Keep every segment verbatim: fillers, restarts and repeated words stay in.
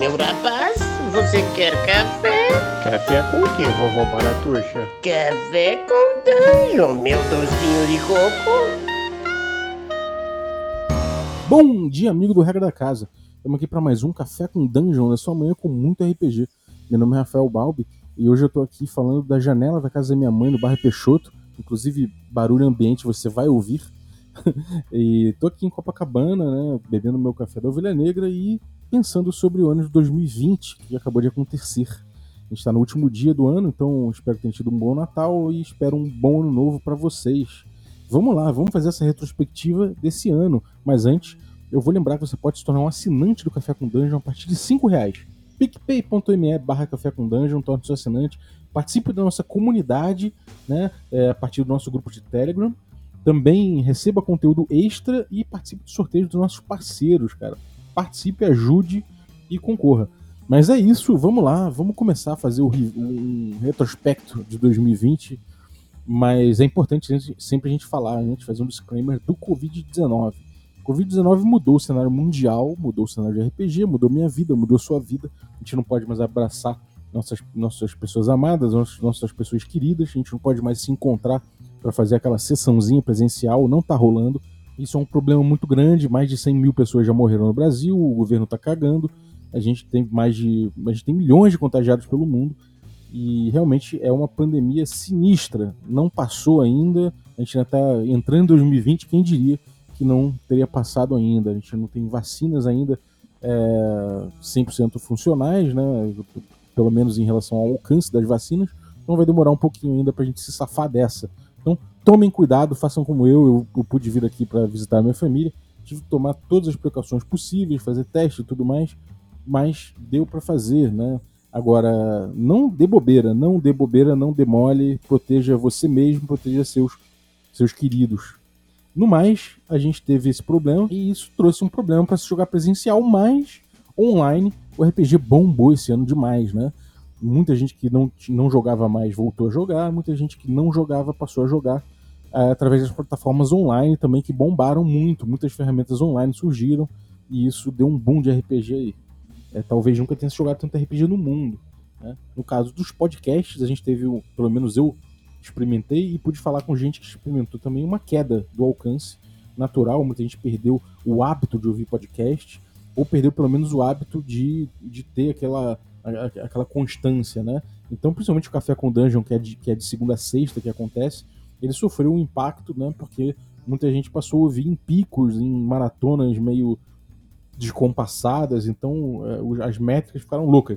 meu rapaz, você quer café? Café com o que, vovó Baratuxa? Café com Dungeon, meu docinho de coco. Bom dia, amigo do Regra da Casa. Estamos aqui para mais um Café com Dungeon, na sua manhã com muito R P G. Meu nome é Rafael Balbi e hoje eu estou aqui falando da janela da casa da minha mãe, no bairro Peixoto. Inclusive, barulho ambiente você vai ouvir. E estou aqui em Copacabana, né, bebendo meu café da Ovelha Negra e pensando sobre o ano de dois mil e vinte, que acabou de acontecer. A gente está no último dia do ano, então espero que tenham tido um bom Natal e espero um bom ano novo para vocês. Vamos lá, vamos fazer essa retrospectiva desse ano. Mas antes, eu vou lembrar que você pode se tornar um assinante do Café com Dungeon a partir de cinco reais. picpay.me barra Café com Dungeon, torne-se um assinante. Participe da nossa comunidade, né, é, a partir do nosso grupo de Telegram. Também receba conteúdo extra e participe dos sorteios dos nossos parceiros, cara. Participe, ajude e concorra. Mas é isso, vamos lá, vamos começar a fazer um retrospecto de dois mil e vinte. Mas é importante sempre a gente falar, a gente fazer um disclaimer do covid dezenove. O covid dezenove mudou o cenário mundial, mudou o cenário de R P G, mudou minha vida, mudou sua vida. A gente não pode mais abraçar nossas, nossas pessoas amadas, nossas, nossas pessoas queridas. A gente não pode mais se encontrar para fazer aquela sessãozinha presencial, não tá rolando. Isso é um problema muito grande, mais de cem mil pessoas já morreram no Brasil, o governo tá cagando. A gente tem mais de, a gente tem milhões de contagiados pelo mundo. E realmente é uma pandemia sinistra, não passou ainda, a gente ainda está entrando em dois mil e vinte, quem diria que não teria passado ainda, a gente não tem vacinas ainda é, cem por cento funcionais, né, pelo menos em relação ao alcance das vacinas, então vai demorar um pouquinho ainda para a gente se safar dessa. Então tomem cuidado, façam como eu, eu, eu pude vir aqui para visitar a minha família, tive que tomar todas as precauções possíveis, fazer teste e tudo mais, mas deu para fazer, né? Agora, não dê bobeira, não dê bobeira, não demole, proteja você mesmo, proteja seus, seus queridos. No mais, a gente teve esse problema e isso trouxe um problema para se jogar presencial, mas online o R P G bombou esse ano demais, né? Muita gente que não, não jogava mais voltou a jogar, muita gente que não jogava passou a jogar é, através das plataformas online também, que bombaram muito, muitas ferramentas online surgiram e isso deu um boom de R P G aí. É, talvez nunca tenha jogado tanto R P G no mundo, né? No caso dos podcasts, a gente teve, pelo menos eu experimentei e pude falar com gente que experimentou também uma queda do alcance natural. Muita gente perdeu o hábito de ouvir podcast, ou perdeu pelo menos o hábito de, de ter aquela, aquela constância, né? Então, principalmente o Café com Dungeon, que é, de, que é de segunda a sexta que acontece, ele sofreu um impacto, né? Porque muita gente passou a ouvir em picos, em maratonas meio descompassadas, então as métricas ficaram loucas.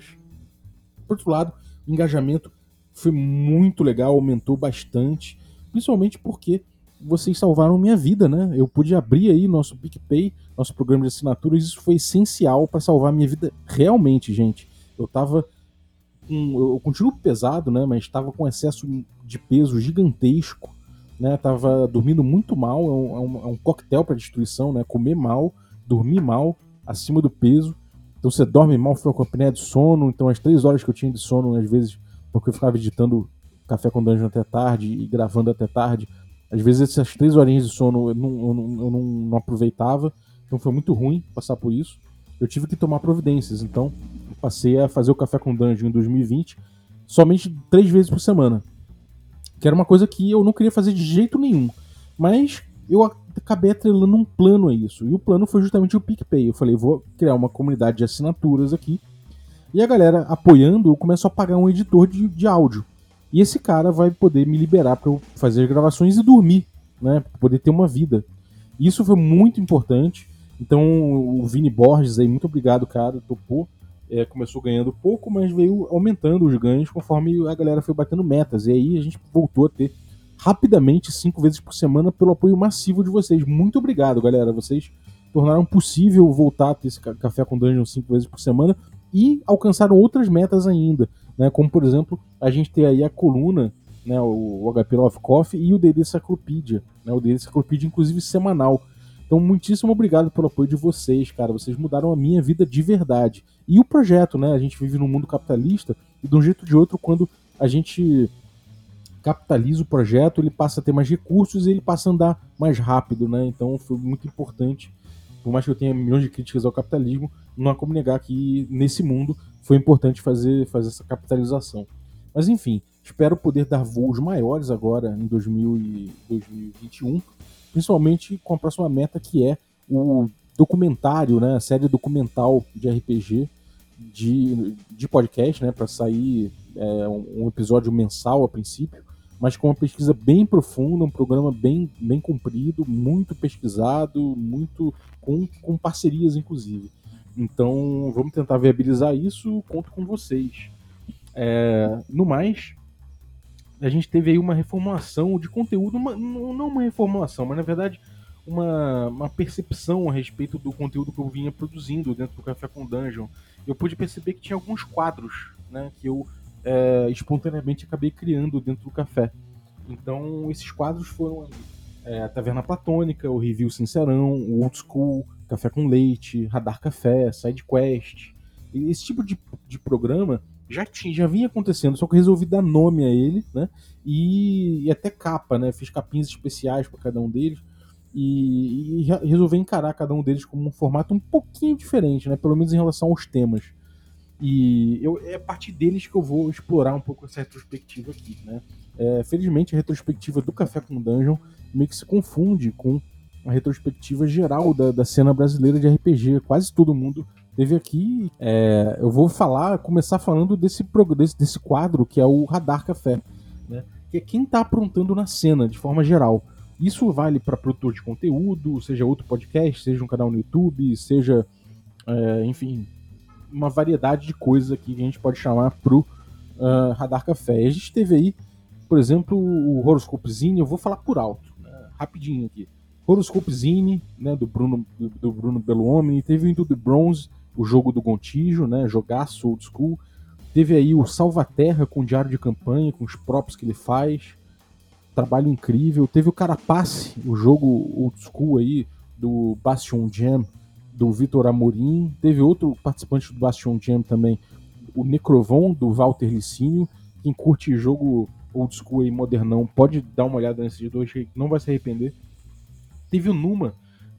Por outro lado, o engajamento foi muito legal, aumentou bastante, principalmente porque vocês salvaram minha vida, né? Eu pude abrir aí nosso PicPay, nosso programa de assinaturas, isso foi essencial para salvar minha vida realmente, gente. Eu tava com, eu continuo pesado, né? Mas estava com excesso de peso gigantesco, né? Tava dormindo muito mal, é um, é um, é um coquetel para destruição, né? Comer mal, dormir mal, acima do peso, então você dorme mal, fica com a apneia de sono, então as três horas que eu tinha de sono, às vezes, porque eu ficava editando Café com Dungeon até tarde e gravando até tarde, às vezes essas três horinhas de sono eu não, eu não, eu não, não aproveitava, então foi muito ruim passar por isso, eu tive que tomar providências, então passei a fazer o Café com Dungeon em dois mil e vinte somente três vezes por semana, que era uma coisa que eu não queria fazer de jeito nenhum, mas eu acabei atrelando um plano a isso. E o plano foi justamente o PicPay. Eu falei, vou criar uma comunidade de assinaturas aqui. E a galera apoiando, eu começo a pagar um editor de, de áudio. E esse cara vai poder me liberar para eu fazer as gravações e dormir, né? Pra poder ter uma vida. E isso foi muito importante. Então o Vini Borges aí, muito obrigado, cara, topou. É, começou ganhando pouco, mas veio aumentando os ganhos conforme a galera foi batendo metas. E aí a gente voltou a ter rapidamente, cinco vezes por semana, pelo apoio massivo de vocês. Muito obrigado, galera. Vocês tornaram possível voltar a ter esse Café com Dungeon cinco vezes por semana e alcançaram outras metas ainda, né? Como, por exemplo, a gente ter aí a coluna, né, o H P Love Coffee e o D D Cyclopedia, né, o D D Cyclopedia, inclusive, semanal. Então, muitíssimo obrigado pelo apoio de vocês, cara. Vocês mudaram a minha vida de verdade. E o projeto, né? A gente vive num mundo capitalista e, de um jeito ou de outro, quando a gente capitaliza o projeto, ele passa a ter mais recursos e ele passa a andar mais rápido, né? Então foi muito importante por mais que eu tenha milhões de críticas ao capitalismo, não há como negar que nesse mundo foi importante fazer, fazer essa capitalização. Mas enfim, espero poder dar voos maiores agora em dois mil e vinte e um, principalmente com a próxima meta, que é o documentário, né, a série documental de R P G de, de podcast, né, para sair é, um, um episódio mensal a princípio, mas com uma pesquisa bem profunda, um programa bem, bem comprido, muito pesquisado, muito com, com parcerias, inclusive. Então, vamos tentar viabilizar isso, conto com vocês. É, no mais, a gente teve aí uma reformulação de conteúdo, uma, não uma reformulação, mas na verdade uma, uma percepção a respeito do conteúdo que eu vinha produzindo dentro do Café com Dungeon. Eu pude perceber que tinha alguns quadros, né, que eu é, espontaneamente acabei criando dentro do café. Então esses quadros foram é, a Taverna Platônica, o Review Sincerão, o Old School, Café com Leite, Radar Café, Side Quest. Esse tipo de, de programa já, tinha, já vinha acontecendo, só que eu resolvi dar nome a ele, né? E, e até capa, né? Fiz capinhas especiais para cada um deles. E, e resolvi encarar cada um deles como um formato um pouquinho diferente, né? Pelo menos em relação aos temas. E eu, é a partir deles que eu vou explorar um pouco essa retrospectiva aqui, né? É, felizmente a retrospectiva do Café com Dungeon meio que se confunde com a retrospectiva geral da, da cena brasileira de R P G. Quase todo mundo teve aqui. É, eu vou falar, começar falando desse, desse, desse quadro que é o Radar Café, né? Que é quem está aprontando na cena de forma geral. Isso vale para produtor de conteúdo, seja outro podcast, seja um canal no YouTube, seja, é, enfim, uma variedade de coisas aqui que a gente pode chamar pro uh, Radar Café. E a gente teve aí, por exemplo, o Horoscope-Zine, eu vou falar por alto, né, rapidinho aqui. Horoscope-Zine, né, do Bruno, do, do Bruno Belluomini, teve o Into the Bronze, o jogo do Gontijo, né, jogaço old school. Teve aí o Salvaterra com o diário de campanha, com os props que ele faz. Trabalho incrível. Teve o Carapace, o jogo old school aí, do Bastion Jam, do Vitor Amorim. Teve outro participante do Bastion Jam também, o Necrovon, do Walter Licínio. Quem curte jogo old school aí, modernão, pode dar uma olhada nesses dois, que não vai se arrepender. Teve o Numa,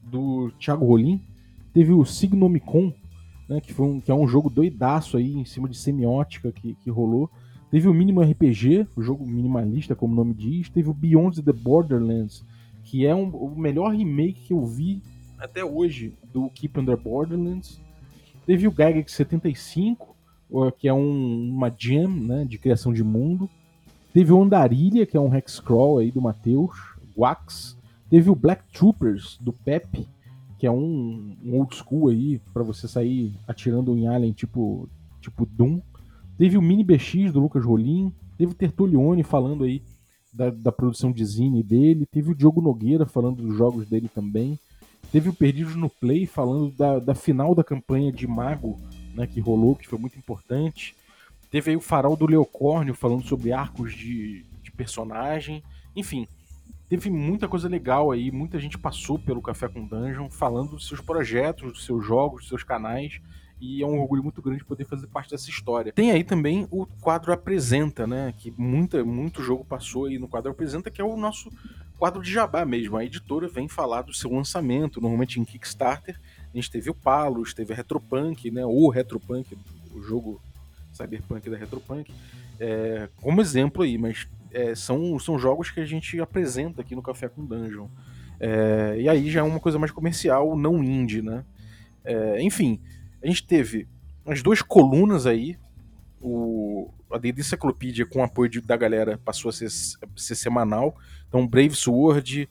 do Thiago Rolim. Teve o Signomicon, né, que, foi um, que é um jogo doidaço aí, em cima de semiótica que, que rolou. Teve o Mínimo R P G, o jogo minimalista, como o nome diz. Teve o Beyond the Borderlands, que é um, o melhor remake que eu vi até hoje do Keep Under Borderlands. Teve o Gygax setenta e cinco, que é um, uma jam, né, de criação de mundo. Teve o Andarilha, que é um hexcrawl aí do Matheus, Wax. Teve o Black Troopers, do Pepe, que é um, um old school aí, pra você sair atirando em alien tipo, tipo Doom. Teve o Mini B X, do Lucas Rolim. Teve o Tertulione falando aí da, da produção de zine dele. Teve o Diogo Nogueira falando dos jogos dele também. Teve o Perdidos no Play falando da, da final da campanha de Mago, né, que rolou, que foi muito importante. Teve aí o Farol do Leocórnio falando sobre arcos de, de personagem. Enfim, teve muita coisa legal aí. Muita gente passou pelo Café com Dungeon falando dos seus projetos, dos seus jogos, dos seus canais. E é um orgulho muito grande poder fazer parte dessa história. Tem aí também o quadro Apresenta, né? Que muita, muito jogo passou aí no quadro Apresenta, que é o nosso quadro de jabá mesmo. A editora vem falar do seu lançamento, normalmente em Kickstarter. A gente teve o Palos, teve a Retropunk, né? O Retropunk, o jogo Cyberpunk da Retropunk, é, como exemplo aí, mas é, são, são jogos que a gente apresenta aqui no Café com Dungeon. É, e aí já é uma coisa mais comercial, não indie, né? É, enfim, a gente teve as duas colunas aí, o, a D and D Encyclopedia com apoio de, da galera passou a ser, a ser semanal, então Brave Sword,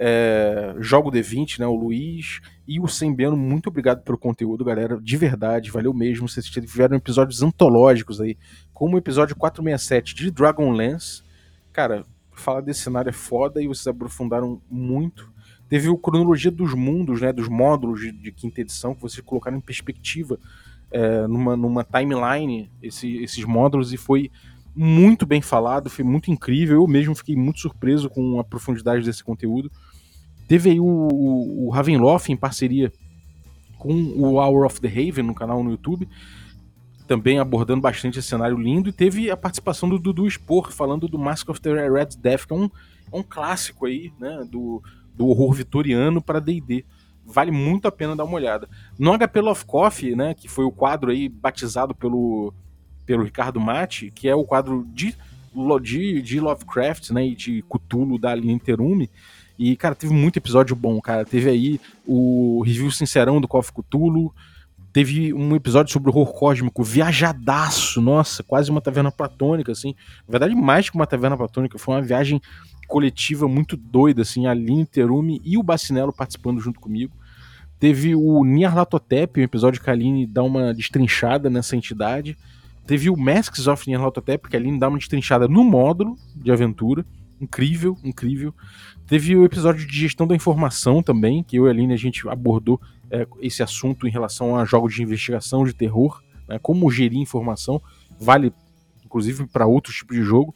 é, Jogo D vinte, né, o Luiz e o Sembiano, muito obrigado pelo conteúdo, galera, de verdade, valeu mesmo. Vocês tiveram episódios antológicos aí, como o episódio quatrocentos e sessenta e sete de Dragonlance. Cara, falar desse cenário é foda e vocês aprofundaram muito. Teve o Cronologia dos Mundos, né, dos módulos de, de quinta edição, que vocês colocaram em perspectiva, é, numa, numa timeline, esse, esses módulos, e foi muito bem falado, foi muito incrível. Eu mesmo fiquei muito surpreso com a profundidade desse conteúdo. Teve aí o, o, o Ravenloft em parceria com o Hour of the Raven no canal no YouTube, também abordando bastante esse cenário lindo. E teve a participação do Dudu Spor falando do Mask of the Red Death, que é um, é um clássico aí, né, do, do horror vitoriano para D and D. vale muito a pena dar uma olhada. No H P Love Coffee, né, que foi o quadro aí batizado pelo, pelo Ricardo Mate, que é o quadro de, de, de Lovecraft, né, e de Cthulhu da linha Interume. E, cara, teve muito episódio bom, cara. Teve aí o review sincerão do Call of Cthulhu, teve um episódio sobre o horror cósmico viajadaço, nossa, quase uma taverna platônica, assim. Na verdade, mais que uma taverna platônica, foi uma viagem coletiva muito doida, assim, a Linha Interume e o Bacinello participando junto comigo. Teve o Nyarlathotep, um episódio que a Aline dá uma destrinchada nessa entidade. Teve o Masks of Nyarlathotep, que a Aline dá uma destrinchada no módulo de aventura. Incrível, incrível. Teve o episódio de gestão da informação também, que eu e a Aline a gente abordou é, esse assunto em relação a jogos de investigação, de terror, né, como gerir informação, vale inclusive para outros tipos de jogo.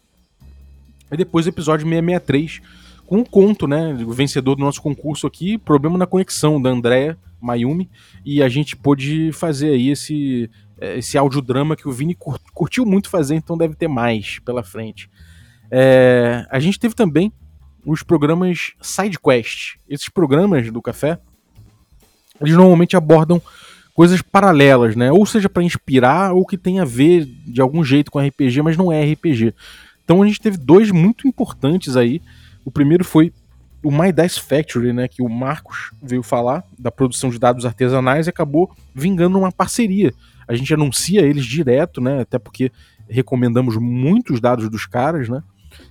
E depois o episódio seiscentos e sessenta e três, com um conto, né, o vencedor do nosso concurso aqui, Problema na Conexão, da Andrea Mayumi, e a gente pôde fazer aí esse, esse audiodrama que o Vini curtiu muito fazer, então deve ter mais pela frente. É, a gente teve também os programas SideQuest. Esses programas do Café, eles normalmente abordam coisas paralelas, né? Ou seja, para inspirar, ou que tem a ver de algum jeito com R P G, mas não é R P G. Então a gente teve dois muito importantes aí. O primeiro foi o My Dice Factory, né? Que o Marcos veio falar da produção de dados artesanais e acabou vingando uma parceria. A gente anuncia eles direto, né? Até porque recomendamos muitos dados dos caras, né?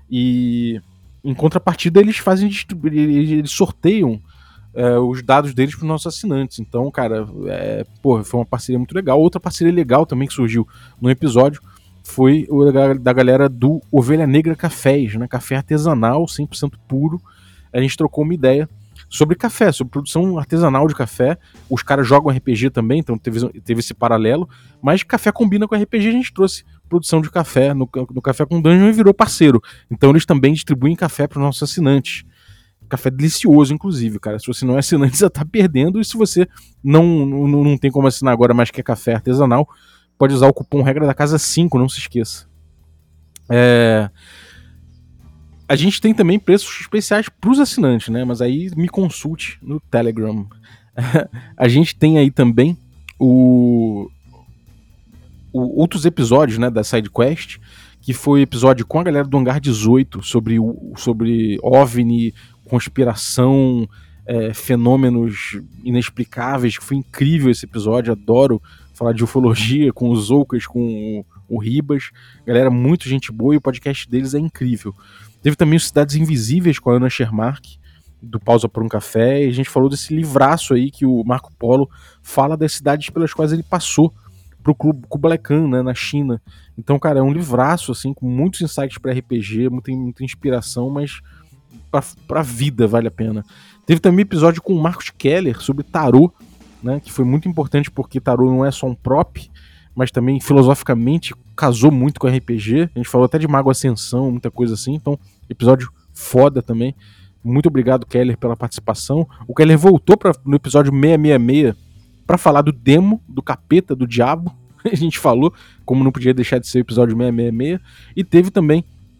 E em contrapartida eles fazem eles sorteiam é, os dados deles para os nossos assinantes. Então, cara, é, porra, foi uma parceria muito legal. Outra parceria legal também que surgiu no episódio foi o da galera do Ovelha Negra Cafés, né? Café artesanal, cem por cento puro. A gente trocou uma ideia sobre café, sobre produção artesanal de café. Os caras jogam R P G também, então teve, teve esse paralelo. Mas café combina com R P G, a gente trouxe produção de café no, no Café com Dungeon e virou parceiro. Então eles também distribuem café para os nossos assinantes. Café delicioso, inclusive, cara. Se você não é assinante, você tá perdendo. E se você não, não, não tem como assinar agora, mas quer café artesanal, pode usar o cupom Regra da Casa cinco, não se esqueça. É... A gente tem também preços especiais para os assinantes, né? Mas aí me consulte no Telegram. A gente tem aí também o... o... outros episódios, né, da SideQuest, que foi episódio com a galera do Hangar dezoito sobre, o... sobre OVNI, conspiração, é, fenômenos inexplicáveis. Foi incrível esse episódio, adoro falar de ufologia com os Zoucas, com o, o Ribas. Galera, muito gente boa e o podcast deles é incrível. Teve também os Cidades Invisíveis com a Ana Schermark, do Pausa por um Café, e a gente falou desse livraço aí que o Marco Polo fala das cidades pelas quais ele passou pro Clube Kublai Khan, né, na China. Então, cara, é um livraço, assim, com muitos insights para R P G, muita, muita inspiração, mas pra, pra vida vale a pena. Teve também episódio com o Marcos Keller sobre tarô, né, que foi muito importante porque tarô não é só um prop, mas também filosoficamente casou muito com R P G. A gente falou até de Mago Ascensão, muita coisa assim, então episódio foda também. Muito obrigado, Keller, pela participação. O Keller voltou pra, no episódio seiscentos e sessenta e seis para falar do demo, do capeta, do diabo. A gente falou, como não podia deixar de ser o episódio seiscentos e sessenta e seis. E teve também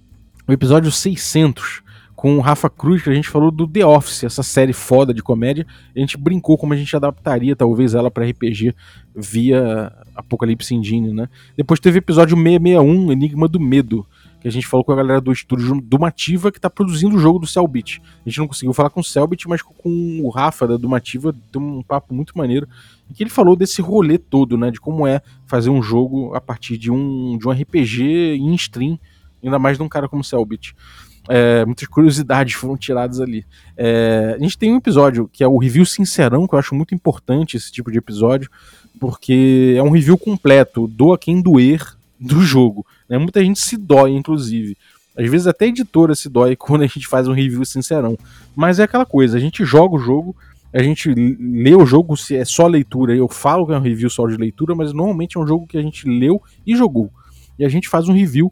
o episódio seiscentos, com o Rafa Cruz, que a gente falou do The Office, essa série foda de comédia. A gente brincou como a gente adaptaria, talvez, ela para R P G via Apocalypse Engine, né? Depois teve o episódio seiscentos e sessenta e um, Enigma do Medo, que a gente falou com a galera do estúdio Dumativa, que tá produzindo o jogo do Cellbit. A gente não conseguiu falar com o Cellbit, mas com o Rafa da Dumativa, tem um papo muito maneiro, em que ele falou desse rolê todo, né? De como é fazer um jogo a partir de um, de um R P G em stream, ainda mais de um cara como o Cellbit. É, muitas curiosidades foram tiradas ali. É, a gente tem um episódio que é o review sincerão, que eu acho muito importante esse tipo de episódio, porque é um review completo, doa quem doer do jogo, né? Muita gente se dói, inclusive. Às vezes até a editora se dói quando a gente faz um review sincerão. Mas é aquela coisa, a gente joga o jogo, a gente lê o jogo, se é só leitura, eu falo que é um review só de leitura, mas normalmente é um jogo que a gente leu e jogou. E a gente faz um review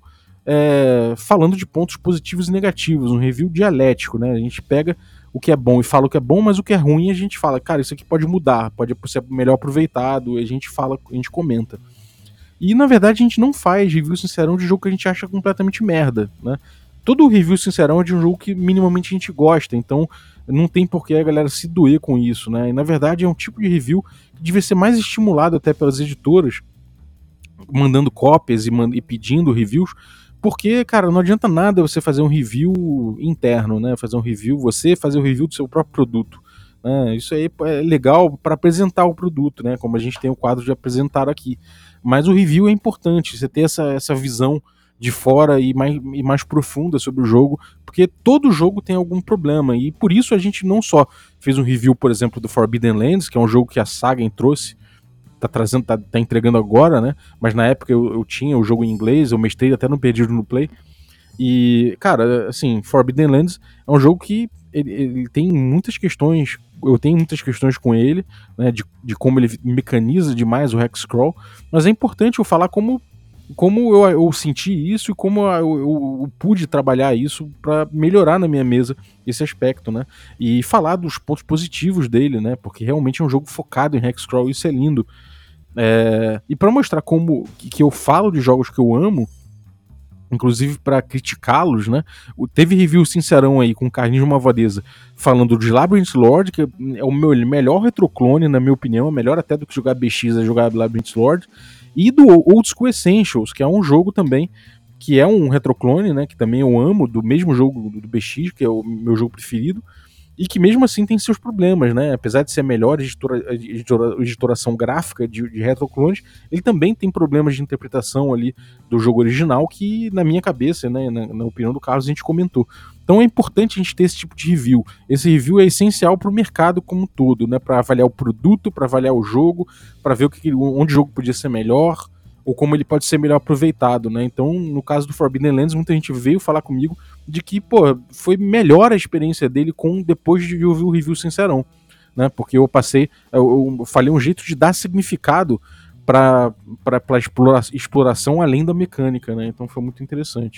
É, falando de pontos positivos e negativos, um review dialético, né? A gente pega o que é bom e fala o que é bom, mas o que é ruim a gente fala, cara, isso aqui pode mudar, pode ser melhor aproveitado, e a gente fala, a gente comenta. E na verdade a gente não faz review sincerão de jogo que a gente acha completamente merda, né? todo o review sincerão é de um jogo que minimamente a gente gosta, então não tem por que a galera se doer com isso, né? E na verdade é um tipo de review que devia ser mais estimulado até pelas editoras, mandando cópias e, mand- e pedindo reviews, porque, cara, não adianta nada você fazer um review interno, né? Fazer um review, você fazer o review do seu próprio produto. Né? Isso aí é legal para apresentar o produto, né? Como a gente tem o quadro de apresentar aqui. Mas o review é importante, você ter essa, essa visão de fora e mais, e mais profunda sobre o jogo, porque todo jogo tem algum problema, e por isso a gente não só fez um review, por exemplo, do Forbidden Lands, que é um jogo que a Saga trouxe, tá trazendo, tá, tá entregando agora, né? Mas na época eu, eu tinha o jogo em inglês, eu mestrei até no Perdido no Play. E, cara, assim, Forbidden Lands é um jogo que ele, ele tem muitas questões, eu tenho muitas questões com ele, né? De, de como ele mecaniza demais o Hexcrawl, mas é importante eu falar como, como eu, eu senti isso e como eu, eu, eu pude trabalhar isso para melhorar na minha mesa esse aspecto, né? E falar dos pontos positivos dele, né? Porque realmente é um jogo focado em Hexcrawl, isso é lindo. É, e para mostrar como que, que eu falo de jogos que eu amo, inclusive para criticá-los, né? Teve review sincerão aí com Carlinhos Malvadeza falando de Labyrinth Lord, que é o meu melhor retroclone, na minha opinião, é melhor até do que jogar B X é jogar Labyrinth Lord, e do Old School Essentials, que é um jogo também que é um retroclone, né? Que também eu amo, do mesmo jogo do B X, que é o meu jogo preferido. E que mesmo assim tem seus problemas, né? Apesar de ser a melhor editora, editora, editoração gráfica de, de retroclones, ele também tem problemas de interpretação ali do jogo original que, na minha cabeça, né, na, na opinião do Carlos, a gente comentou. Então é importante a gente ter esse tipo de review. Esse review é essencial para o mercado como um todo, né? Para avaliar o produto, para avaliar o jogo, para ver o que, onde o jogo podia ser melhor, ou como ele pode ser melhor aproveitado, né? Então, no caso do Forbidden Lands, muita gente veio falar comigo de que, pô, foi melhor a experiência dele com depois de ouvir o review sincerão, né? Porque eu passei, eu, eu falei um jeito de dar significado para para explora, exploração além da mecânica, né? Então foi muito interessante.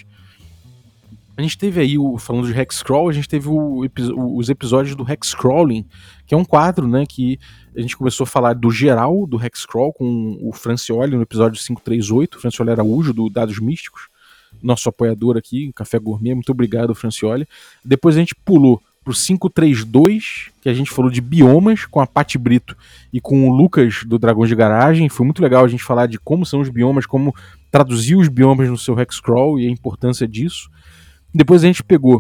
A gente teve aí, o, falando de Hexcrawl, a gente teve o, o, os episódios do Hexcrawling, que é um quadro, né, que a gente começou a falar do geral do Hexcrawl com o Francioli no episódio quinhentos e trinta e oito, Francioli Araújo, do Dados Místicos, nosso apoiador aqui, Café Gourmet, muito obrigado, Francioli. Depois a gente pulou pro quinhentos e trinta e dois, que a gente falou de biomas, com a Pati Brito e com o Lucas do Dragões de Garagem. Foi muito legal a gente falar de como são os biomas, como traduzir os biomas no seu Hexcrawl e a importância disso. Depois a gente pegou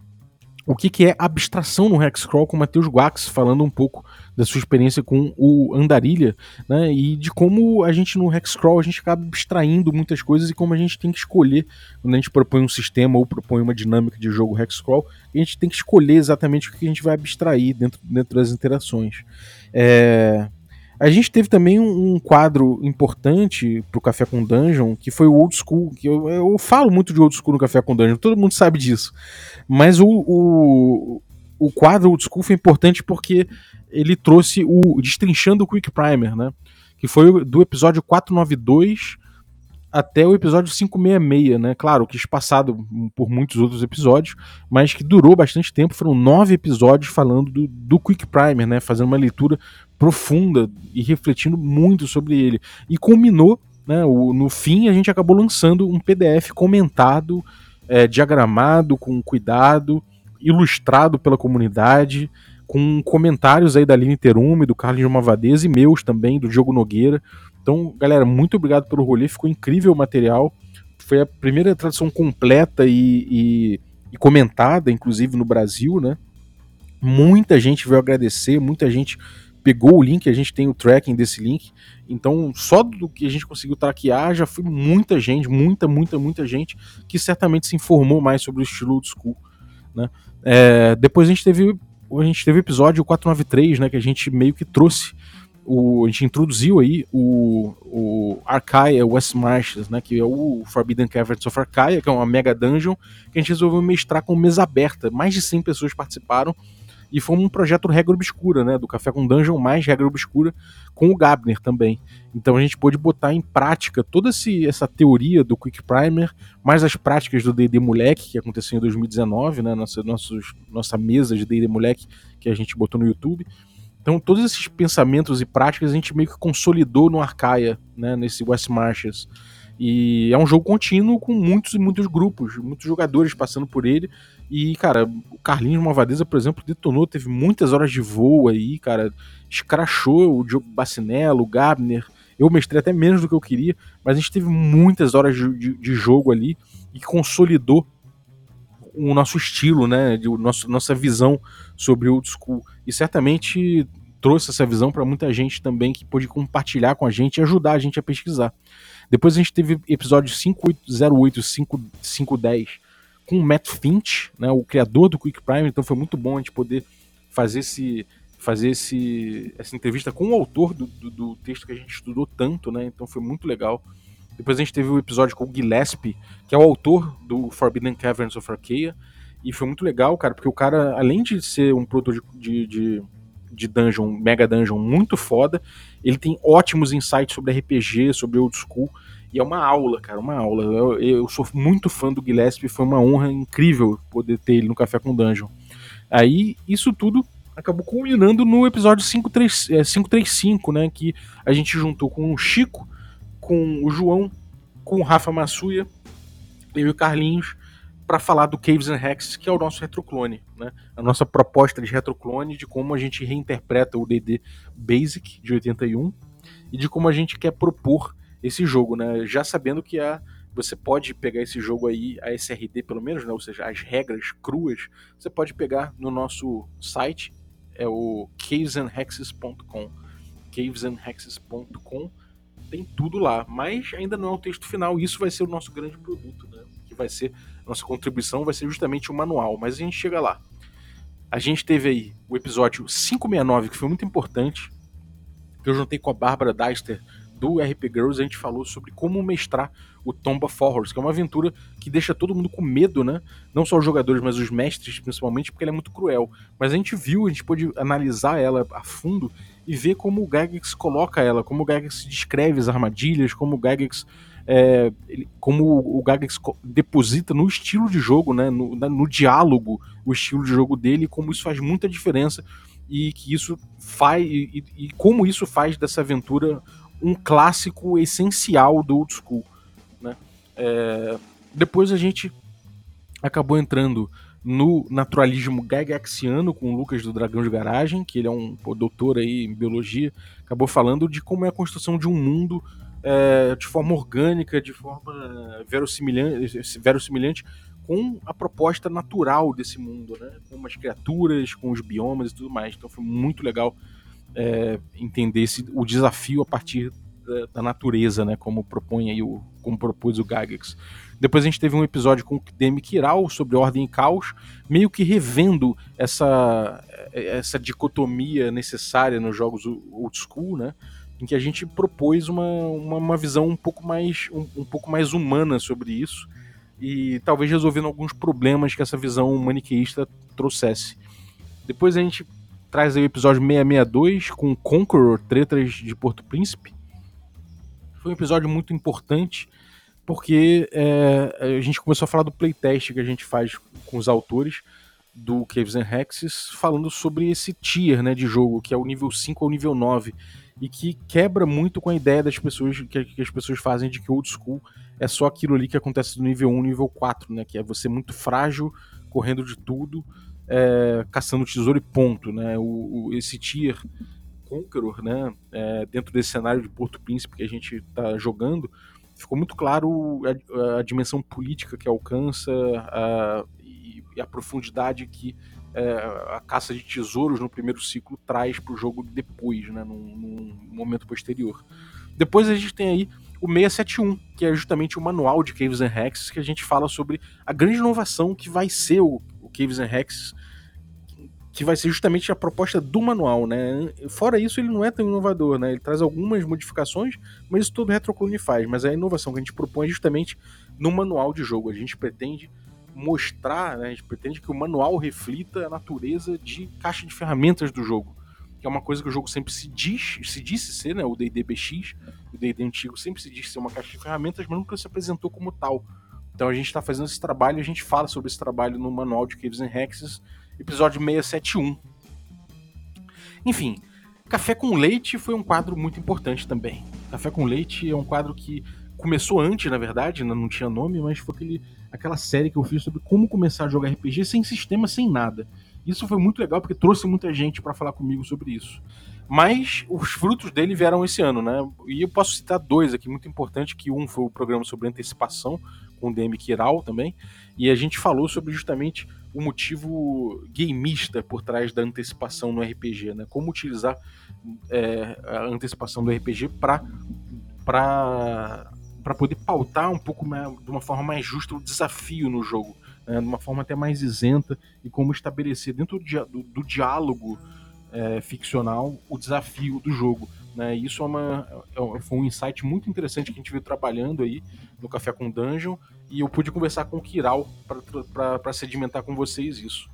o que, que é abstração no Hexcrawl com o Matheus Guax, falando um pouco da sua experiência com o Andarilha, né, e de como a gente no Hexcrawl a gente acaba abstraindo muitas coisas e como a gente tem que escolher, quando a gente propõe um sistema ou propõe uma dinâmica de jogo Hexcrawl, a gente tem que escolher exatamente o que a gente vai abstrair dentro, dentro das interações. É... A gente teve também um, um quadro importante pro Café com Dungeon, que foi o Old School, que eu, eu falo muito de Old School no Café com Dungeon, todo mundo sabe disso. Mas o, o, o quadro Old School foi importante porque ele trouxe o Destrinchando o Quick Primer, né? Que foi do episódio quatrocentos e noventa e dois até o episódio quinhentos e sessenta e seis, né? Claro, que espaçado por muitos outros episódios, mas que durou bastante tempo. Foram nove episódios falando do, do Quick Primer, né? Fazendo uma leitura profunda e refletindo muito sobre ele. E culminou, né? O, no fim, a gente acabou lançando um P D F comentado, é, diagramado, com cuidado, ilustrado pela comunidade, com comentários aí da Aline Terume, do Carlos Malvadeza e meus também, do Diogo Nogueira. Então, galera, muito obrigado pelo rolê, ficou incrível o material. Foi a primeira tradução completa e, e, e comentada, inclusive no Brasil, né? Muita gente veio agradecer, muita gente pegou o link, a gente tem o tracking desse link. Então, só do que a gente conseguiu traquear, já foi muita gente, muita, muita, muita gente que certamente se informou mais sobre o estilo old school, né? É, depois a gente teve a gente teve o episódio quatrocentos e noventa e três, né, que a gente meio que trouxe O, a gente introduziu aí o, o Archaia West Marches, né, que é o Forbidden Caverns of Archaia, que é uma mega dungeon que a gente resolveu mestrar com mesa aberta. Mais de cem pessoas participaram e foi um projeto Regra Obscura, né, do Café com Dungeon mais Regra Obscura, com o Gabner também. Então a gente pôde botar em prática toda esse, essa teoria do Quick Primer, mais as práticas do D e D Moleque, que aconteceu em dois mil e dezenove, né, nossa, nossos, nossa mesa de D e D Moleque que a gente botou no YouTube. Então todos esses pensamentos e práticas a gente meio que consolidou no Arcaia, né, nesse West Marches. E é um jogo contínuo com muitos e muitos grupos, muitos jogadores passando por ele. E, cara, o Carlinhos Malvadeza, por exemplo, detonou, teve muitas horas de voo aí, cara, escrachou o Diogo Bacinello, o Gabner. Eu mestrei até menos do que eu queria, mas a gente teve muitas horas de, de, de jogo ali e consolidou o nosso estilo, né, o nosso, nossa visão sobre o old school. E certamente trouxe essa visão para muita gente também que pôde compartilhar com a gente e ajudar a gente a pesquisar. Depois a gente teve episódio cinco oito zero oito, cinco cinco dez com o Matt Finch, né, o criador do Quick Prime, então foi muito bom a gente poder fazer, esse, fazer esse, essa entrevista com o autor do, do, do texto que a gente estudou tanto, né, então foi muito legal. Depois a gente teve o um episódio com o Gillespie, que é o autor do Forbidden Caverns of Arcadia, e foi muito legal, cara, porque o cara, além de ser um produtor de, de, de dungeon, mega dungeon muito foda, ele tem ótimos insights sobre R P G, sobre old school, e é uma aula, cara, uma aula. Eu, eu sou muito fã do Gillespie, foi uma honra incrível poder ter ele no Café com Dungeon. Aí, isso tudo acabou culminando no episódio quinhentos e trinta e cinco, né, que a gente juntou com o Chico, com o João, com o Rafa Massuia, eu e o Carlinhos, para falar do Caves and Hexes, que é o nosso retroclone, né? A nossa proposta de retroclone, de como a gente reinterpreta o D e D Basic de oitenta e um e de como a gente quer propor esse jogo, né? Já sabendo que a, você pode pegar esse jogo aí, a S R D pelo menos, né? Ou seja, as regras cruas, você pode pegar no nosso site, é o caves and hexes ponto com, caves and hexes ponto com, tem tudo lá, mas ainda não é o texto final, e isso vai ser o nosso grande produto, né? Que vai ser, nossa contribuição vai ser justamente o manual, mas a gente chega lá. A gente teve aí o episódio quinhentos e sessenta e nove, que foi muito importante, que eu juntei com a Bárbara Deister do R P Girls, a gente falou sobre como mestrar o Tomb of Horrors, que é uma aventura que deixa todo mundo com medo, né? Não só os jogadores, mas os mestres, principalmente, porque ela é muito cruel. Mas a gente viu, a gente pôde analisar ela a fundo e ver como o Gygax coloca ela, como o Gygax descreve as armadilhas, como o Gygax, é, ele, como o Gygax deposita no estilo de jogo, né? No, no diálogo, o estilo de jogo dele, e como isso faz muita diferença e que isso faz e, e como isso faz dessa aventura um clássico essencial do old school, né? É, depois a gente acabou entrando no naturalismo gygaxiano com o Lucas do Dragão de Garagem, que ele é um pô, doutor aí em biologia, acabou falando de como é a construção de um mundo é, de forma orgânica, de forma verossimilhante, verossimilhante com a proposta natural desse mundo, né? Com as criaturas, com os biomas e tudo mais. Então foi muito legal É, entender esse, o desafio a partir da, da natureza, né, como propõe aí o, como propôs o Gygax. Depois a gente teve um episódio com o Demi Kiral sobre ordem e caos, meio que revendo essa, essa dicotomia necessária nos jogos old school, né, em que a gente propôs uma, uma, uma visão um pouco, mais, um, um pouco mais humana sobre isso e talvez resolvendo alguns problemas que essa visão maniqueísta trouxesse. Depois a gente traz aí o episódio seiscentos e sessenta e dois com Conqueror, Tretas de Porto Príncipe. Foi um episódio muito importante porque é, a gente começou a falar do playtest que a gente faz com os autores do Caves and Hexes, falando sobre esse tier, né, de jogo, que é o nível cinco ao nível nove, e que quebra muito com a ideia das pessoas, que, que as pessoas fazem de que old school é só aquilo ali que acontece do nível um ao nível quatro, né, que é você muito frágil, correndo de tudo, É, caçando tesouro e ponto, né? O, o, esse tier Conqueror, né? É, dentro desse cenário de Porto Príncipe que a gente está jogando, ficou muito claro a, a dimensão política que alcança a, e, e a profundidade que é, a caça de tesouros no primeiro ciclo traz para o jogo depois, né? Num, num momento posterior. Depois a gente tem aí o seiscentos e setenta e um, que é justamente o manual de Caves and Hexes, que a gente fala sobre a grande inovação que vai ser o Caves and Hexes, que vai ser justamente a proposta do manual, né? Fora isso, ele não é tão inovador, né? Ele traz algumas modificações, mas isso todo retroclone faz. Mas a inovação que a gente propõe é justamente no manual de jogo. A gente pretende mostrar, né? A gente pretende que o manual reflita a natureza de caixa de ferramentas do jogo, que é uma coisa que o jogo sempre se diz, se disse ser, né? O D e D B X, o D e D antigo sempre se disse ser uma caixa de ferramentas, mas nunca se apresentou como tal. Então a gente está fazendo esse trabalho e a gente fala sobre esse trabalho no manual de Caves and Hexes, episódio seiscentos e setenta e um. Enfim, Café com Leite foi um quadro muito importante também. Café com Leite é um quadro que começou antes, na verdade, não tinha nome, mas foi aquele, aquela série que eu fiz sobre como começar a jogar R P G sem sistema, sem nada. Isso foi muito legal porque trouxe muita gente para falar comigo sobre isso. Mas os frutos dele vieram esse ano, né? E eu posso citar dois aqui muito importantes, que um foi o programa sobre antecipação, com o D M Kiral também, e a gente falou sobre justamente o motivo gameista por trás da antecipação no R P G, né? Como utilizar é, a antecipação do R P G para para poder pautar um pouco mais, de uma forma mais justa o desafio no jogo, né? De uma forma até mais isenta, e como estabelecer dentro do, do, do diálogo é, ficcional o desafio do jogo, né? Isso é uma, é, foi um insight muito interessante que a gente veio trabalhando aí no Café com Dungeon, e eu pude conversar com o Kiral para sedimentar com vocês isso.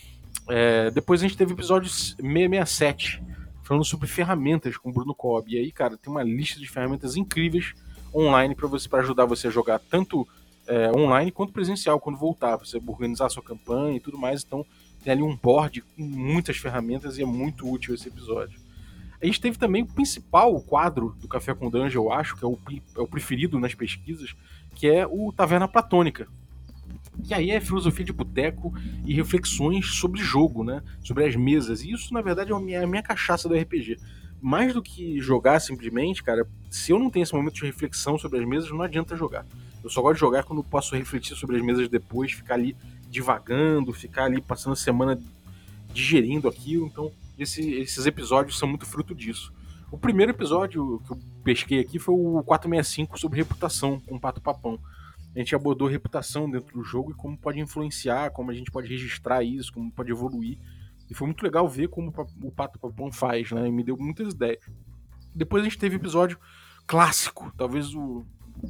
É, depois a gente teve o episódio seiscentos e sessenta e sete, falando sobre ferramentas com o Bruno Cobb. E aí, cara, tem uma lista de ferramentas incríveis online para você, para ajudar você a jogar tanto é, online quanto presencial quando voltar, pra você organizar a sua campanha e tudo mais. Então tem ali um board com muitas ferramentas e é muito útil esse episódio. A gente teve também o principal quadro do Café com Dungeon, eu acho, que é o, é o preferido nas pesquisas, que é o Taverna Platônica. E aí é filosofia de boteco e reflexões sobre jogo, né? Sobre as mesas. E isso, na verdade, é a minha, é a minha cachaça do R P G. Mais do que jogar simplesmente, cara, se eu não tenho esse momento de reflexão sobre as mesas, não adianta jogar. Eu só gosto de jogar quando posso refletir sobre as mesas depois, ficar ali divagando, ficar ali passando a semana digerindo aquilo. Então, esse, esses episódios são muito fruto disso. O primeiro episódio que eu pesquei aqui foi o quatrocentos e sessenta e cinco sobre reputação, com o Pato Papão. A gente abordou reputação dentro do jogo e como pode influenciar, como a gente pode registrar isso, como pode evoluir. E foi muito legal ver como o Pato Papão faz, né? E me deu muitas ideias. Depois a gente teve episódio clássico, talvez o,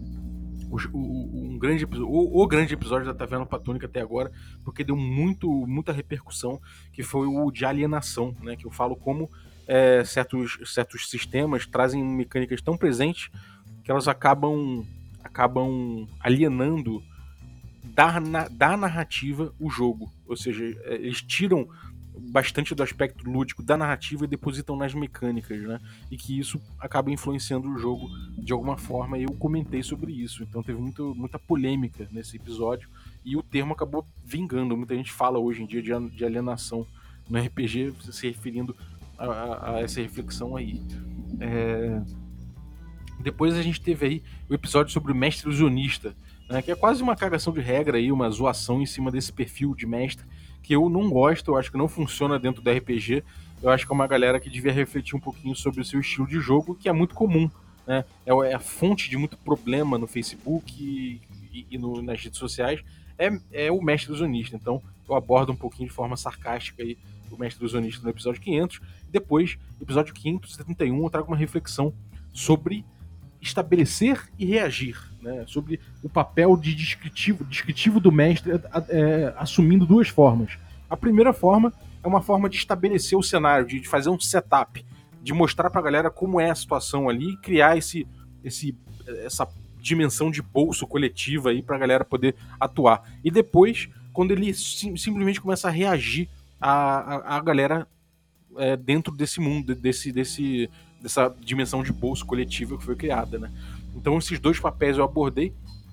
o, o um grande episódio, o, o grande episódio da Taverna Platônica até agora, porque deu muito, muita repercussão, que foi o de alienação, né? Que eu falo como é, certos, certos sistemas trazem mecânicas tão presentes que elas acabam acabam alienando da, da narrativa o jogo. Ou seja, eles tiram bastante do aspecto lúdico da narrativa e depositam nas mecânicas, né? E que isso acaba influenciando o jogo de alguma forma, e eu comentei sobre isso. Então teve muito, muita polêmica nesse episódio, e o termo acabou vingando. Muita gente fala hoje em dia de, de alienação no R P G, se referindo a, a, a essa reflexão aí. É... Depois a gente teve aí o episódio sobre o mestre ilusionista, né, que é quase uma cagação de regra aí, uma zoação em cima desse perfil de mestre, que eu não gosto, eu acho que não funciona dentro do R P G. Eu acho que é uma galera que devia refletir um pouquinho sobre o seu estilo de jogo, que é muito comum, né? É a fonte de muito problema no Facebook e, e, e no, nas redes sociais, é, é o mestre ilusionista. Então eu abordo um pouquinho de forma sarcástica aí o mestre ilusionista no episódio quinhentos. Depois, episódio quinhentos e setenta e um, eu trago uma reflexão sobre estabelecer e reagir, né? Sobre o papel de descritivo, descritivo do mestre, é, assumindo duas formas. A primeira forma é uma forma de estabelecer o cenário, de, de fazer um setup, de mostrar pra galera como é a situação ali e criar esse, esse, essa dimensão de bolso coletiva aí pra galera poder atuar. E depois, quando ele sim, simplesmente começa a reagir a, a, a galera é, dentro desse mundo, desse, desse, dessa dimensão de bolso coletiva que foi criada, né? Então esses dois papéis eu abordei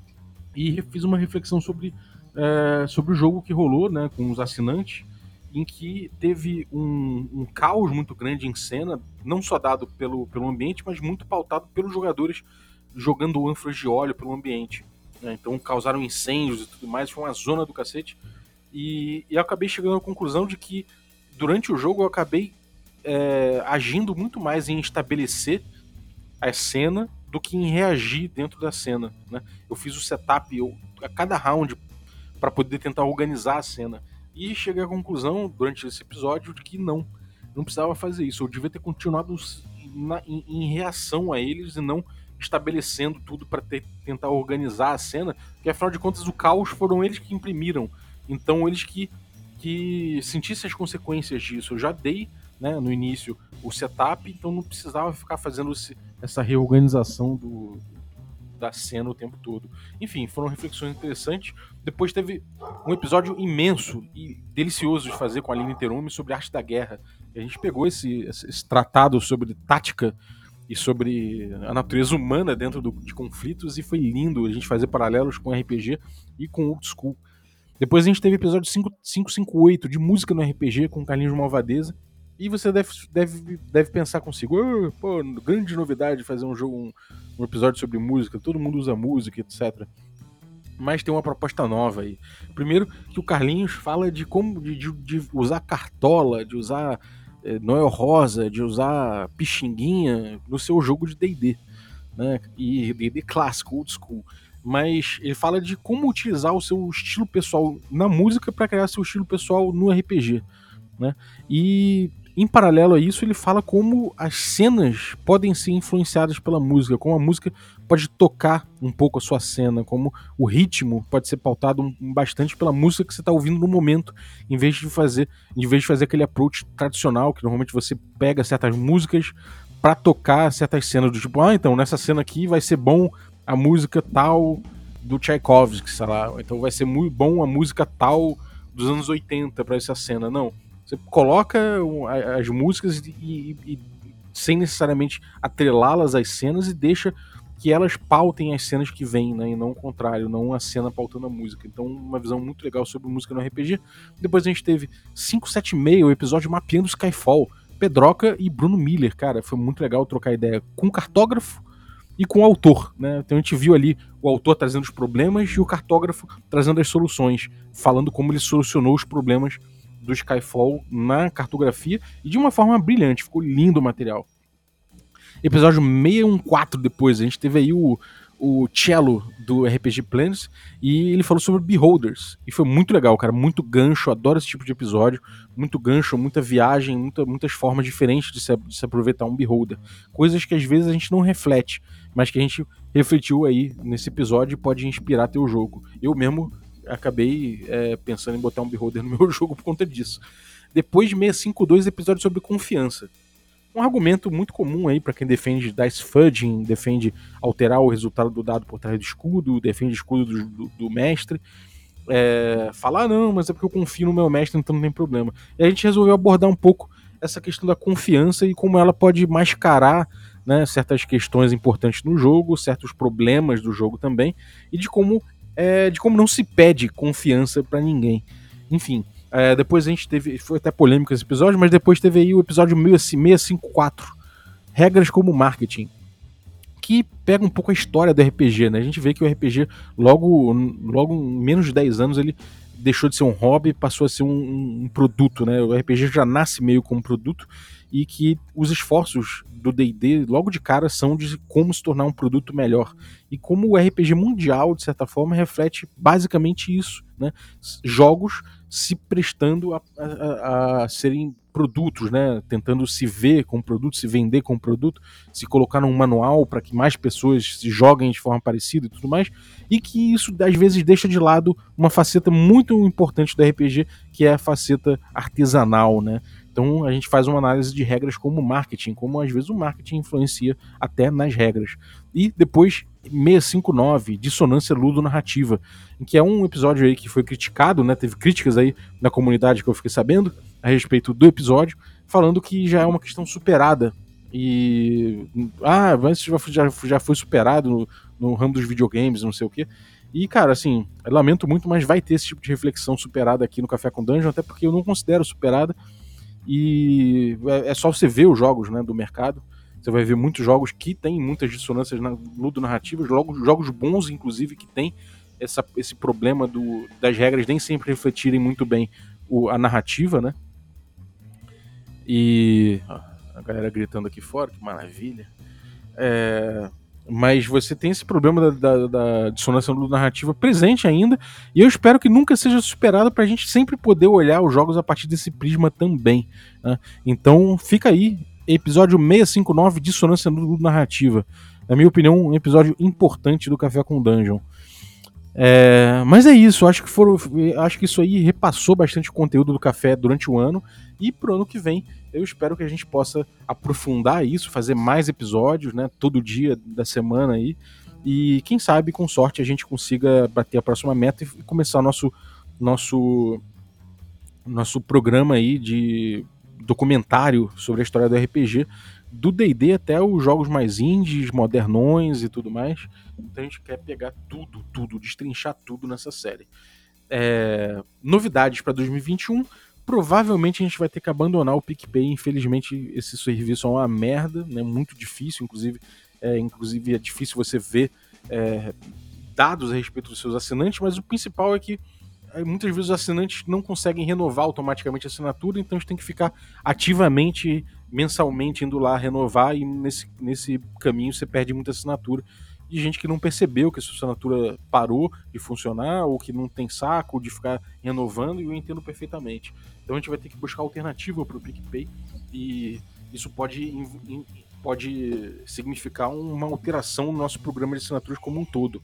e fiz uma reflexão sobre, é, sobre o jogo que rolou, né, com os assinantes, em que teve um, um caos muito grande em cena, não só dado pelo, pelo ambiente, mas muito pautado pelos jogadores jogando ânforas de óleo pelo ambiente, né? Então causaram incêndios e tudo mais, foi uma zona do cacete, e, e eu acabei chegando à conclusão de que durante o jogo eu acabei é, agindo muito mais em estabelecer a cena do que em reagir dentro da cena, né? Eu fiz o setup eu, a cada round para poder tentar organizar a cena, e cheguei à conclusão durante esse episódio de que não, não precisava fazer isso. Eu devia ter continuado na, em, em reação a eles e não estabelecendo tudo para tentar organizar a cena, porque afinal de contas o caos foram eles que imprimiram, então eles que, que sentissem as consequências disso. Eu já dei, né, no início o setup, então não precisava ficar fazendo esse, essa reorganização do, da cena o tempo todo. Enfim, foram reflexões interessantes. Depois teve um episódio imenso e delicioso de fazer com a Aline Terumi sobre arte da guerra, A gente pegou esse, esse, esse tratado sobre tática e sobre a natureza humana dentro do, de conflitos, e foi lindo a gente fazer paralelos com R P G e com Old School. Depois a gente teve o episódio cinco cinco oito de música no R P G com Carlinhos Malvadeza. E você deve, deve, deve pensar consigo, oh, pô, grande novidade fazer um jogo, um, um episódio sobre música, todo mundo usa música, etcétera. Mas tem uma proposta nova aí. Primeiro, que o Carlinhos fala de como de, de, de usar cartola, de usar é, Noel Rosa, de usar Pixinguinha no seu jogo de D e D, né? E D e D clássico, old school. Mas ele fala de como utilizar o seu estilo pessoal na música para criar seu estilo pessoal no R P G, né? E em paralelo a isso, ele fala como as cenas podem ser influenciadas pela música, como a música pode tocar um pouco a sua cena, como o ritmo pode ser pautado bastante pela música que você está ouvindo no momento, em vez de fazer, em vez de fazer aquele approach tradicional, que normalmente você pega certas músicas para tocar certas cenas, do tipo, ah, então nessa cena aqui vai ser bom a música tal do Tchaikovsky, sei lá, então vai ser muito bom a música tal dos anos oitenta para essa cena. Não. Você coloca as músicas e, e, e sem necessariamente atrelá-las às cenas, e deixa que elas pautem as cenas que vêm, né? E não o contrário, não a cena pautando a música. Então, uma visão muito legal sobre música no R P G. Depois a gente teve cinco sete seis, o episódio mapeando Skyfall. Pedroca e Bruno Miller, cara, foi muito legal trocar ideia com o cartógrafo e com o autor, né? Então a gente viu ali o autor trazendo os problemas e o cartógrafo trazendo as soluções, falando como ele solucionou os problemas do Skyfall na cartografia, e de uma forma brilhante, ficou lindo o material. Episódio seiscentos e quatorze depois, a gente teve aí o, o Cello do R P G Planes, e ele falou sobre Beholders, e foi muito legal, cara, muito gancho, adoro esse tipo de episódio, muito gancho, muita viagem, muita, muitas formas diferentes de se, de se aproveitar um Beholder, coisas que às vezes a gente não reflete, mas que a gente refletiu aí nesse episódio e pode inspirar teu jogo. Eu mesmo acabei é, pensando em botar um Beholder no meu jogo por conta disso. Depois de seiscentos e cinquenta e dois, episódio sobre confiança. Um argumento muito comum aí para quem defende dice fudging, defende alterar o resultado do dado por trás do escudo, defende o escudo do, do, do mestre. É, falar, ah, não, mas é porque eu confio no meu mestre, então não tem problema. E a gente resolveu abordar um pouco essa questão da confiança e como ela pode mascarar, né, certas questões importantes no jogo, certos problemas do jogo também, e de como É, de como não se pede confiança pra ninguém. Enfim, é, depois a gente teve, foi até polêmico esse episódio, mas depois teve aí o episódio seiscentos e cinquenta e quatro, Regras como Marketing, que pega um pouco a história do R P G, né? A gente vê que o R P G, logo, logo em menos de dez anos, ele deixou de ser um hobby e passou a ser um, um produto, né? O R P G já nasce meio como produto, e que os esforços do D e D logo de cara são de como se tornar um produto melhor. E como o R P G mundial, de certa forma, reflete basicamente isso, né? Jogos se prestando a, a, a serem produtos, né? Tentando se ver com produto, se vender com produto, se colocar num manual para que mais pessoas se joguem de forma parecida e tudo mais, e que isso às vezes deixa de lado uma faceta muito importante do R P G, que é a faceta artesanal, né? Então a gente faz uma análise de regras como marketing, como às vezes o marketing influencia até nas regras. E depois seiscentos e cinquenta e nove, Dissonância Ludonarrativa, em que é um episódio aí que foi criticado, né? Teve críticas aí na comunidade que eu fiquei sabendo a respeito do episódio, falando que já é uma questão superada. E ah, mas já, já, já foi superado no, no ramo dos videogames, não sei o quê. E, cara, assim, lamento muito, mas vai ter esse tipo de reflexão superada aqui no Café com Dungeon, até porque eu não considero superada. E é só você ver os jogos, né, do mercado. Você vai ver muitos jogos que tem muitas dissonâncias ludonarrativas, jogos, jogos bons, inclusive, que tem essa, esse problema do, das regras nem sempre refletirem muito bem o, a narrativa, né? E ó, a galera gritando aqui fora, que maravilha. É, mas você tem esse problema da, da, da dissonância narrativa presente ainda, e eu espero que nunca seja superado pra gente sempre poder olhar os jogos a partir desse prisma também, né? Então fica aí, episódio seiscentos e cinquenta e nove, Dissonância narrativa. Na minha opinião, um episódio importante do Café com Dungeon. É, mas é isso, acho que, foram, acho que isso aí repassou bastante conteúdo do Café durante o ano, e pro ano que vem eu espero que a gente possa aprofundar isso, fazer mais episódios, né, todo dia da semana aí, e quem sabe, com sorte, a gente consiga bater a próxima meta e começar nosso, nosso, nosso programa aí de, documentário sobre a história do R P G, do D e D até os jogos mais indies, modernões e tudo mais. Então a gente quer pegar tudo, tudo, destrinchar tudo nessa série. É, novidades para dois mil e vinte e um, provavelmente a gente vai ter que abandonar o PicPay. Infelizmente esse serviço é uma merda, né? Muito difícil, inclusive é, inclusive é difícil você ver é, dados a respeito dos seus assinantes, mas o principal é que é, muitas vezes os assinantes não conseguem renovar automaticamente a assinatura, então a gente tem que ficar ativamente, mensalmente indo lá renovar, e nesse, nesse caminho você perde muita assinatura de gente que não percebeu que a sua assinatura parou de funcionar, ou que não tem saco de ficar renovando, e eu entendo perfeitamente. Então a gente vai ter que buscar alternativa para o PicPay, e isso pode, pode significar uma alteração no nosso programa de assinaturas como um todo.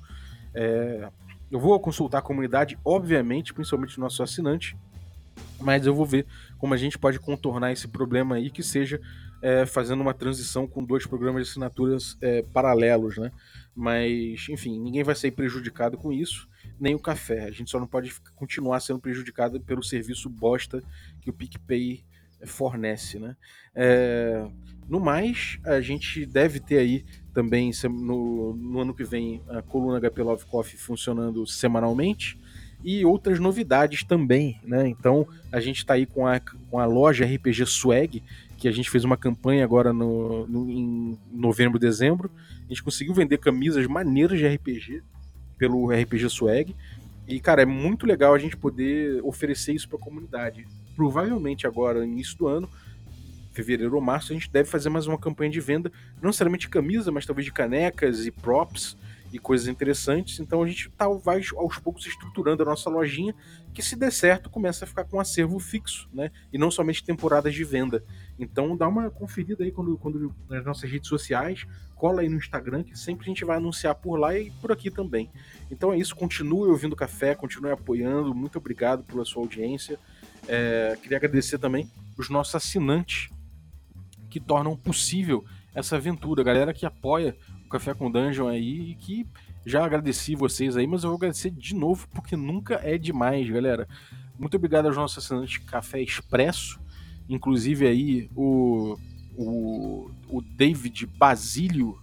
É, eu vou consultar a comunidade, obviamente, principalmente o nosso assinante, mas eu vou ver como a gente pode contornar esse problema aí, que seja é, fazendo uma transição com dois programas de assinaturas é, paralelos, né? Mas, enfim, ninguém vai sair prejudicado com isso, nem o café. A gente só não pode continuar sendo prejudicado pelo serviço bosta que o PicPay fornece, né? É, no mais, a gente deve ter aí também no, no ano que vem a coluna H P Love Coffee funcionando semanalmente, e outras novidades também, né? Então a gente está aí com a, com a loja R P G Swag, que a gente fez uma campanha agora no, no, em novembro, dezembro. A gente conseguiu vender camisas maneiras de R P G pelo R P G Swag, e cara, é muito legal a gente poder oferecer isso para a comunidade. Provavelmente agora, no início do ano, fevereiro ou março, a gente deve fazer mais uma campanha de venda, não necessariamente de camisa, mas talvez de canecas e props e coisas interessantes. Então a gente tá, vai aos poucos estruturando a nossa lojinha, que se der certo começa a ficar com um acervo fixo, né? E não somente temporadas de venda. Então dá uma conferida aí quando, quando nas nossas redes sociais, cola aí no Instagram, que sempre a gente vai anunciar por lá e por aqui também. Então é isso, continue ouvindo Café, continue apoiando, muito obrigado pela sua audiência. É, queria agradecer também os nossos assinantes que tornam possível essa aventura, a galera que apoia o Café com Dungeon aí, e que já agradeci vocês aí, mas eu vou agradecer de novo, porque nunca é demais, galera. Muito obrigado aos nossos assinantes Café Expresso, inclusive aí o, o, o David Basílio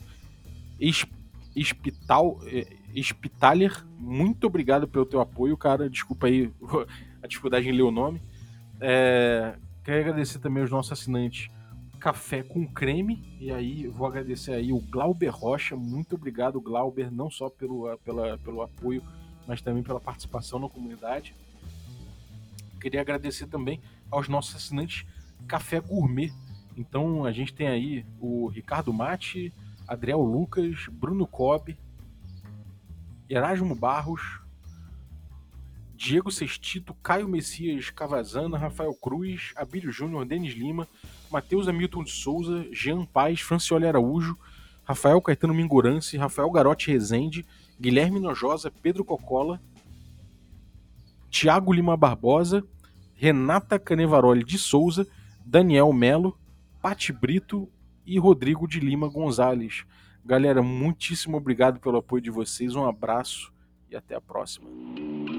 Espital, Espitaler, muito obrigado pelo teu apoio, cara, desculpa aí a dificuldade em ler o nome. É, quero agradecer também aos nossos assinantes Café com Creme, e aí vou agradecer aí o Glauber Rocha, muito obrigado, Glauber, não só pelo, pela, pelo apoio, mas também pela participação na comunidade. Queria agradecer também aos nossos assinantes Café Gourmet. Então a gente tem aí o Ricardo Mate, Adriel Lucas, Bruno Cobb, Erasmo Barros, Diego Sextito, Caio Messias Cavazana, Rafael Cruz, Abílio Júnior, Denis Lima, Matheus Hamilton de Souza, Jean Paz, Francioli Araújo, Rafael Caetano Mingorance, Rafael Garotti Rezende, Guilherme Nojosa, Pedro Cocola, Tiago Lima Barbosa, Renata Canevaroli de Souza, Daniel Melo, Pati Brito e Rodrigo de Lima Gonzalez. Galera, muitíssimo obrigado pelo apoio de vocês, um abraço e até a próxima.